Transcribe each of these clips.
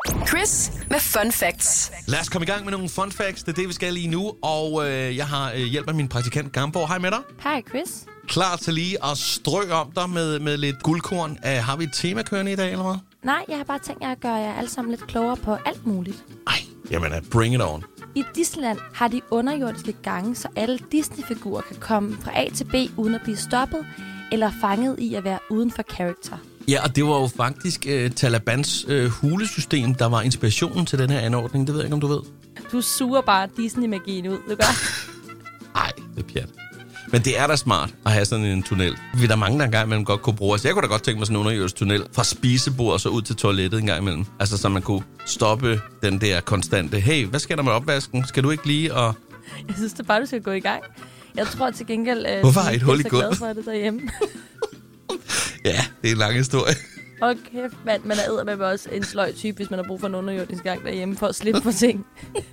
Chris med Fun Facts. Lad os komme i gang med nogle fun facts. Det er det, vi skal lige nu. Og jeg har hjælp af min praktikant Gamborg. Hej med dig. Hej Chris. Klar til lige at strø om dig med lidt guldkorn. Har vi et tema kørende i dag, eller hvad? Nej, jeg har bare tænkt at gøre jer alle sammen lidt klogere på alt muligt. Ej, jamen bring it on. I Disneyland har de underjordiske gange, så alle Disney-figurer kan komme fra A til B uden at blive stoppet eller fanget i at være uden for character. Ja, og det var jo faktisk Talabans hulesystem, der var inspirationen til den her anordning. Det ved jeg ikke, om du ved. Du suger bare Disney-magien ud, du gør. Ej, det er pjat. Men det er da smart at have sådan en tunnel. Vi er der mange, der engang imellem godt kunne bruge. Så jeg kunne da godt tænke mig sådan en underjordisk tunnel fra spisebordet og så ud til toilettet en gang imellem. Altså, så man kunne stoppe den der konstante. Hey, hvad sker der med opvasken? Skal du ikke lige og... Jeg synes det bare, du skal gå i gang. Jeg tror til gengæld, hvorfor har I et hul i gulvet? Jeg er så glad for det derhjemme. Ja, det er en lang historie. Hold kæft, mand. Man er eddermame også en sløj type, hvis man har brug for en underjordisk gang derhjemme for at slippe på ting.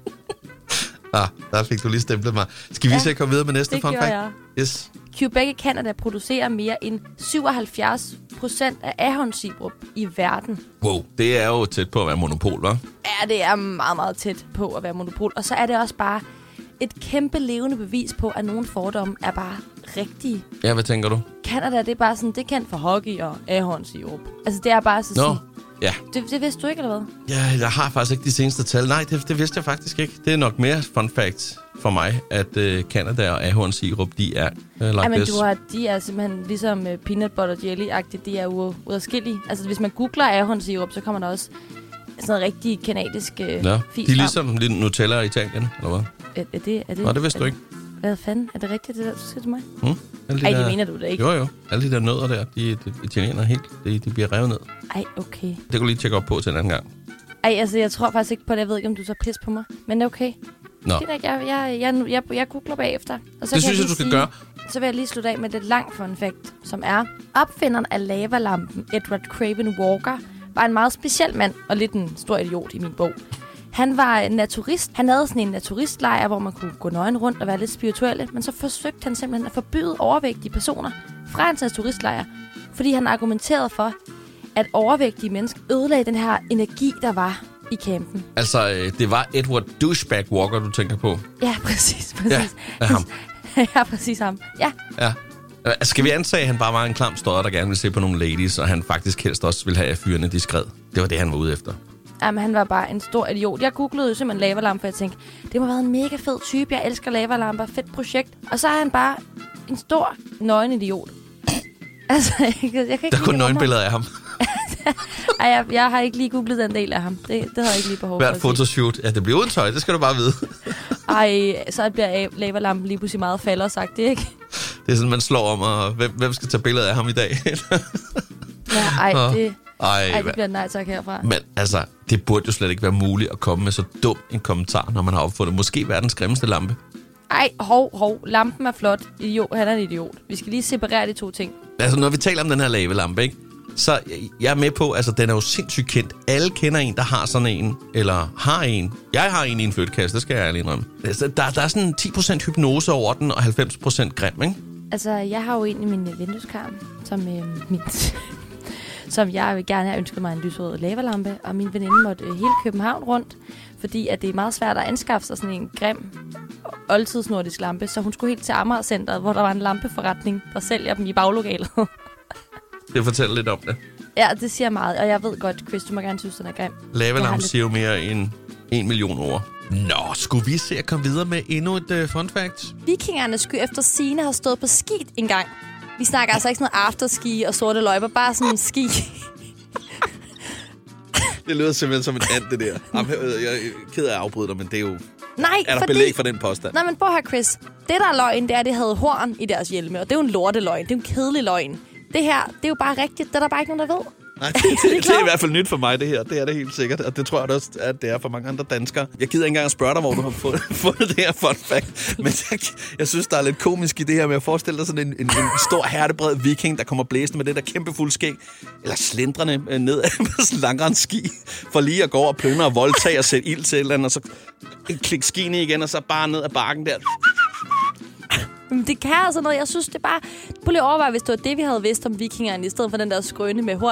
Der fik du lige stemplet mig. Skal vi se at komme videre med næste fun fact? Jeg. Yes. Quebec i Canada producerer mere end 77% af ahornsirup i verden. Wow, det er jo tæt på at være monopol, hva'? Ja, det er meget, meget tæt på at være monopol. Og så er det også bare et kæmpe levende bevis på, at nogle fordomme er bare rigtige. Ja, hvad tænker du? Canada, det er bare sådan, det er kendt for hockey og ahornsirup. Altså, det er bare så sådan... Ja. Det vidste du ikke, eller hvad? Ja, jeg har faktisk ikke de seneste tal. Nej, det vidste jeg faktisk ikke. Det er nok mere fun fact for mig, at Canada og ahornsirup, de er men de er simpelthen ligesom peanut butter jelly-agtigt. De er jo uadskillige. Altså, hvis man googler ahornsirup, så kommer der også sådan noget rigtig kanadisk fis. De er ligesom Nutella i Italien, eller hvad? Er det? Nå, det vidste du ikke. Hvad fanden? Er det rigtigt, det der, du siger til mig? Ej, det mener du da ikke. Jo. Alle de der nødder der, de italiener helt. De bliver revet ned. Ej, okay. Det kan du lige tjekke op på til en anden gang. Ej, altså, jeg tror faktisk ikke på det. Jeg ved ikke, om du så pis på mig. Men det er okay. Nå. Jeg googler bagefter. Og så det synes jeg, du skal gøre. Så vil jeg lige slutte af med det lang fun fact, som er... Opfinderen af lavalampen, Edward Craven Walker, var en meget speciel mand og lidt en stor idiot i min bog. Han var naturist. Han havde sådan en naturistlejr, hvor man kunne gå nøgen rundt og være lidt spirituelle. Men så forsøgte han simpelthen at forbyde overvægtige personer fra hans naturistlejr. Fordi han argumenterede for, at overvægtige mennesker ødelagde den her energi, der var i campen. Altså, det var Edward Douchebag Walker, du tænker på? Ja, præcis. Ja, ham. Ja, præcis ham. Ja. Skal vi antage, at han bare var en klam stodder, der gerne ville se på nogle ladies, og han faktisk helst også ville have, at fyrene de skred? Det var det, han var ude efter. Jamen, han var bare en stor idiot. Jeg googlede jo simpelthen lavalampe, for jeg tænkte, det må have været en mega fed type. Jeg elsker lavalamper. Fedt projekt. Og så er han bare en stor nøgen idiot. Altså, jeg kan ikke der er kun nøgenbilleder af ham. Ej, jeg har ikke lige googlet den del af ham. Det havde jeg ikke lige behov for. Hvert fotoshoot. Ja, det bliver uden tøj. Det skal du bare vide. Ej, så bliver lavalampen lige pludselig meget faldersagt, det ikke? Det er sådan, man slår om, og hvem skal tage billeder af ham i dag? Det bliver nej tak herfra. Men altså, det burde jo slet ikke være muligt at komme med så dum en kommentar, når man har opfundet måske verdens grimmeste lampe. Ej, hov. Lampen er flot. Han er en idiot. Vi skal lige separere de to ting. Altså, når vi taler om den her lavalampe, ikke? Så jeg er med på, altså, den er jo sindssygt kendt. Alle kender en, der har sådan en, eller har en. Jeg har en i en flyttekasse, det skal jeg ærligt indrømme. Altså, der er sådan 10% hypnose over den, og 90% grim, ikke? Altså, jeg har jo en i min vindueskarm, som jeg vil gerne have ønsket mig en lysrød lavalampe, og min veninde måtte hele København rundt, fordi at det er meget svært at anskaffe sig sådan en grim oldtidsnordisk lampe, så hun skulle helt til Amager Centeret, hvor der var en lampeforretning, der sælger dem i baglokalet. Det fortæller lidt om det. Ja, det siger meget, og jeg ved godt, Chris, du må gerne synes, den er grim. Lavalampe siger jo mere end 1 million ord. Nå, skulle vi se at komme videre med endnu et fun fact? Vikingerne skulle efter sigende have stået på ski engang. Vi snakker altså ikke sådan noget afterski og sorte løjper, bare sådan en ski. Det lyder simpelthen som en and, det der. Jeg er ked af at afbryde dig, men det er jo... Nej, er der belæg for den påstand? Nej, men prøv her, Chris. Det, der er løgn, det er, at det havde horn i deres hjelme, og det er jo en lorteløgn. Det er jo en kedelig løgn. Det her, det er jo bare rigtigt. Det er der bare ikke nogen, der ved. Nej, det er i hvert fald nyt for mig, det her. Det er det helt sikkert, og det tror jeg også, at det er for mange andre danskere. Jeg gider ikke engang at spørge dig, hvor du har fundet det her fun fact. Men jeg synes, der er lidt komisk i det her med at forestille dig sådan en stor hertebred viking, der kommer blæsende med det der kæmpe fuld skæg, eller slindrende ned af langere ski, for lige at gå over og plyndre og voldtage og sætte ild til et eller andet, og så klik skiene igen, og så bare ned ad bakken der. Men det kan altså noget. Jeg synes, det bare... Prøv lige at overveje, hvis det var det, vi havde vidst om vikingerne, i stedet for den der skrøne med hornene.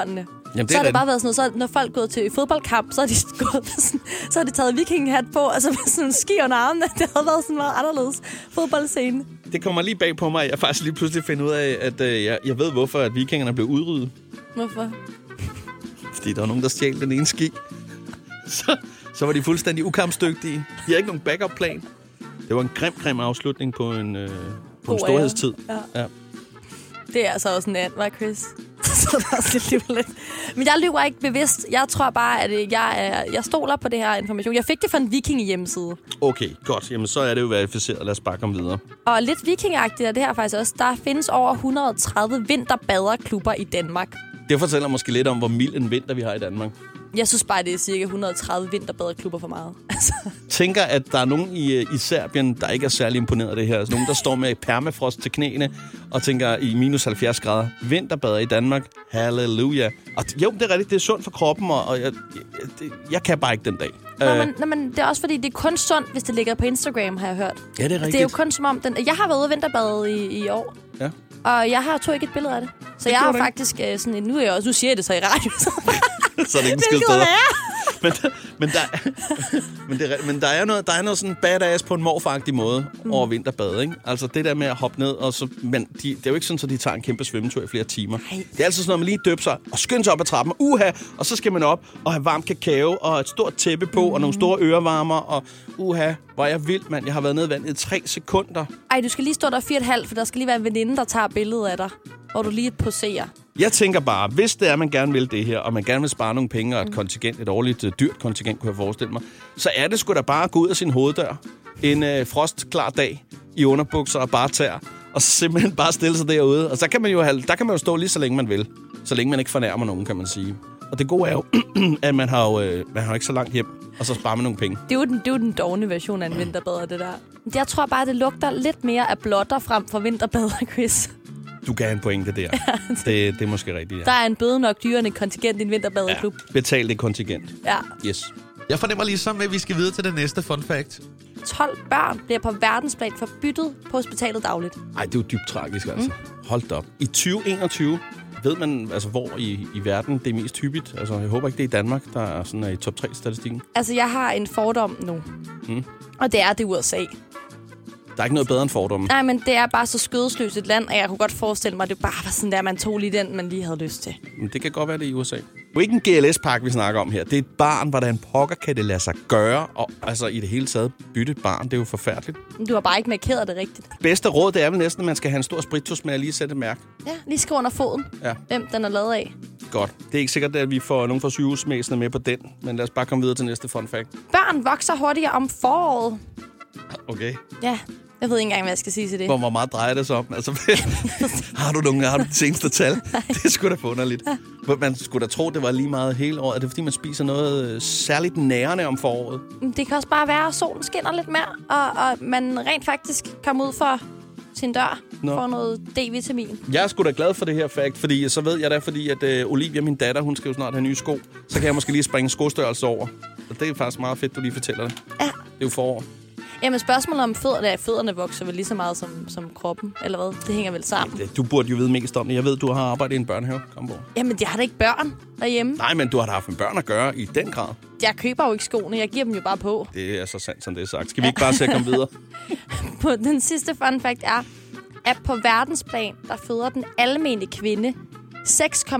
Jamen, så har det bare været sådan noget, så når folk gået til fodboldkamp, så har de gået sådan, så har de taget vikingehat på, og så med sådan en ski under armene. Det har været sådan meget anderledes fodboldscene. Det kommer lige bag på mig, at jeg faktisk lige pludselig finder ud af, at jeg ved, hvorfor at vikingerne blev udryddet. Hvorfor? Fordi der var nogen, der stjal den ene ski. Så var de fuldstændig ukampsdygtige. De har ikke nogen backup-plan. Det var en grim afslutning på en storhedstid. Ja. Det er altså også en and, var Chris? Så det er også lidt. Men jeg lyver ikke bevidst. Jeg tror bare, at jeg stoler på det her information. Jeg fik det fra en viking-hjemmeside. Okay, godt. Jamen, så er det jo verificeret. Lad os bare komme videre. Og lidt vikingagtigt er det her faktisk også. Der findes over 130 vinterbaderklubber i Danmark. Det fortæller måske lidt om, hvor mild en vinter vi har i Danmark. Jeg synes bare, det er cirka 130 vinterbaderklubber for meget. Tænker, at der er nogen i Serbien, der ikke er særlig imponeret af det her. Altså nogen, der står med permafrost til knæene og tænker i minus 70 grader. Vinterbader i Danmark. Halleluja. Og jo, det er rigtigt. Det er sundt for kroppen, og jeg kan bare ikke den dag. Men det er også fordi, det er kun sundt, hvis det ligger på Instagram, har jeg hørt. Ja, det er rigtigt. Det er jo kun som om... Jeg har været ude vinterbade i år. Ja. Og jeg tog ikke et billede af det. Så jeg har faktisk sådan en... Nu siger jeg det så i radio. Så er det ikke en skid bedre. Men der er noget sådan badass på en morfagtig måde over vinterbade, ikke? Altså det der med at hoppe ned, og så, men det er jo ikke sådan, at de tager en kæmpe svømmetur i flere timer. Nej. Det er altså sådan noget, man lige døber sig og skynder sig op ad trappen, og så skal man op og have varm kakao og et stort tæppe på og nogle store ørevarmer, og hvor er jeg vild, mand. Jeg har været nede i vandet i 3 sekunder. Ej, du skal lige stå der 4,5, for der skal lige være en veninde, der tager billedet af dig, hvor du lige poserer. Jeg tænker bare, hvis det er, man gerne vil det her, og man gerne vil spare nogle penge og et kontingent, et årligt dyrt kontingent, kunne jeg forestille mig, så er det sgu da bare at gå ud af sin hoveddør en frostklar dag i underbukser og bare tær, og så simpelthen bare stille sig derude. Og så kan man jo stå lige så længe man vil, så længe man ikke fornærmer nogen, kan man sige. Og det gode er jo, at man har jo ikke så langt hjem, og så sparer man nogle penge. Det er jo den dårlige version af en vinterbader, det der. Jeg tror bare, det lugter lidt mere af blotter frem for vinterbader, Chris. Du kan have en pointe der. Det er måske rigtigt, ja. Der er en bøde nok dyrere end en kontingent i en vinterbaderklub. Ja, betal det kontingent. Ja. Yes. Jeg fornemmer ligesom, at vi skal videre til det næste fun fact. 12 børn bliver på verdensplan forbyttet på hospitalet dagligt. Ej, det er jo dybt tragisk, altså. Hold da op. I 2021 ved man, altså, hvor i verden det er mest hyppigt. Altså, jeg håber ikke, det er i Danmark, der er sådan i top 3-statistikken. Altså, jeg har en fordom nu. Og det er USA. Der er ikke noget bedre end fordomme. Nej, men det er bare så skødesløst et land, og jeg kunne godt forestille mig, at det bare var sådan der, man tog lige den, man lige havde lyst til. Men det kan godt være, det i USA. Det er ikke en GLS-pakke, vi snakker om her. Det er et barn, hvordan pokker kan det lade sig gøre, og altså i det hele taget bytte et barn. Det er jo forfærdeligt. Du har bare ikke markeret det rigtigt. Bedste råd, det er vel næsten, at man skal have en stor spiritus med at lige sætte et mærke. Ja, lige skrive under foden, hvem den er lavet af. Godt. Det er ikke sikkert, at vi får nogen fra sygehusmæsene med på den, men lad os bare komme videre til næste fun fact. Børn vokser hurtigere om foråret. Okay. Ja. Jeg ved ikke engang, hvad jeg skal sige til det. Hvor meget drejer det sig om? Altså, har du det seneste tal? Det er sgu da forunderligt. Man skulle da tro, det var lige meget hele året. Er det fordi, man spiser noget særligt nærende om foråret? Det kan også bare være, at solen skinner lidt mere, og man rent faktisk kommer ud for sin dør for noget D-vitamin. Jeg er sgu da glad for det her fact, fordi så ved jeg da, fordi at Olivia, min datter, hun skal jo snart have nye sko. Så kan jeg måske lige springe skostørrelse over. Og det er faktisk meget fedt, du lige fortæller det. Ja. Det er jo forår. Jamen spørgsmålet om fødderne vokser vel lige så meget som kroppen, eller hvad? Det hænger vel sammen. Du burde jo vide mest om det. Jeg ved, du har arbejdet i en børnehave. Kom på. Jamen, jeg har da ikke børn derhjemme. Nej, men du har da haft med børn at gøre i den grad. Jeg køber jo ikke skoene, jeg giver dem jo bare på. Det er så sandt, som det er sagt. Skal vi ikke bare se at komme videre? På den sidste fun fact er, at på verdensplan, der føder den almene kvinde 6,89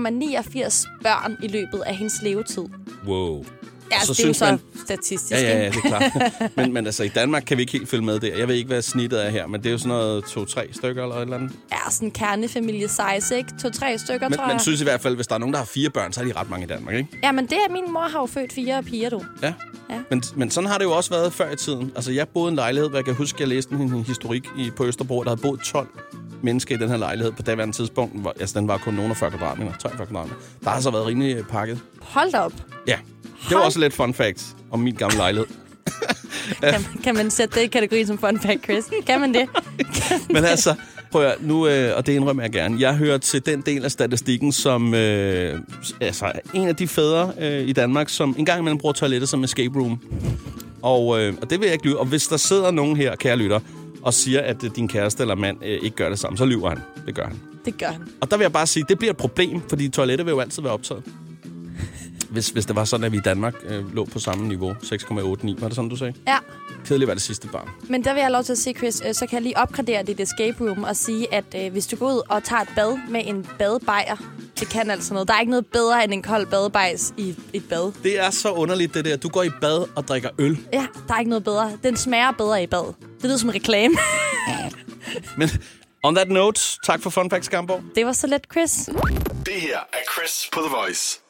børn i løbet af hendes levetid. Wow. Ja, så det er jo så statistisk. Ja, det er klart. men altså, i Danmark kan vi ikke helt følge med der. Jeg ved ikke, hvad snittet er her, men det er jo sådan noget 2-3 stykker eller et eller andet. Ja, sådan en kernefamilie size, ikke? 2-3 stykker, tror jeg. Men synes i hvert fald, hvis der er nogen, der har 4 børn, så er de ret mange i Danmark, ikke? Ja, men det er min mor har jo født 4 piger, du. Ja. Men sådan har det jo også været før i tiden. Altså, jeg boede i en lejlighed, hvor jeg kan huske, at jeg læste en historik på Østerbro, der havde boet 12 mennesker i den her lejlighed på daværende tidspunkt. Altså, den var kun nogen af 40 kvadratmeter, 43 kvadratmeter. Der har altså været rimelig pakket. Hold da op. Ja. Det var også lidt fun facts om min gamle lejlighed. kan man sætte det i kategorien som fun fact, Chris? Kan man det? Men altså, prøv at nu, og det indrømmer jeg gerne. Jeg hører til den del af statistikken, som altså en af de fædre i Danmark, som engang imellem bruger toilettet som escape room. Og det vil jeg ikke lyve. Og hvis der sidder nogen her, kære lytter, og siger, at din kæreste eller mand ikke gør det samme, så lyver han. Det gør han. Det gør han. Og der vil jeg bare sige, det bliver et problem, fordi toilettet vil jo altid være optaget. hvis det var sådan, at vi i Danmark lå på samme niveau, 6,89. Var det sådan, du sagde? Ja. Kedeligt var det sidste barn. Men der vil jeg have lov til at sige, Chris, så kan jeg lige opgradere dit escape room og sige, at hvis du går ud og tager et bad med en badebajer, det kan altså noget. Der er ikke noget bedre end en kold badebajs i et bad. Det er så underligt, det der. Du går i bad og drikker øl. Ja, der er ikke noget bedre. Den smager bedre i bad. Det lyder som en reklame. Men on that note, tak for Fun Facts, Skamborg. Det var så let, Chris. Det her er Chris på The Voice.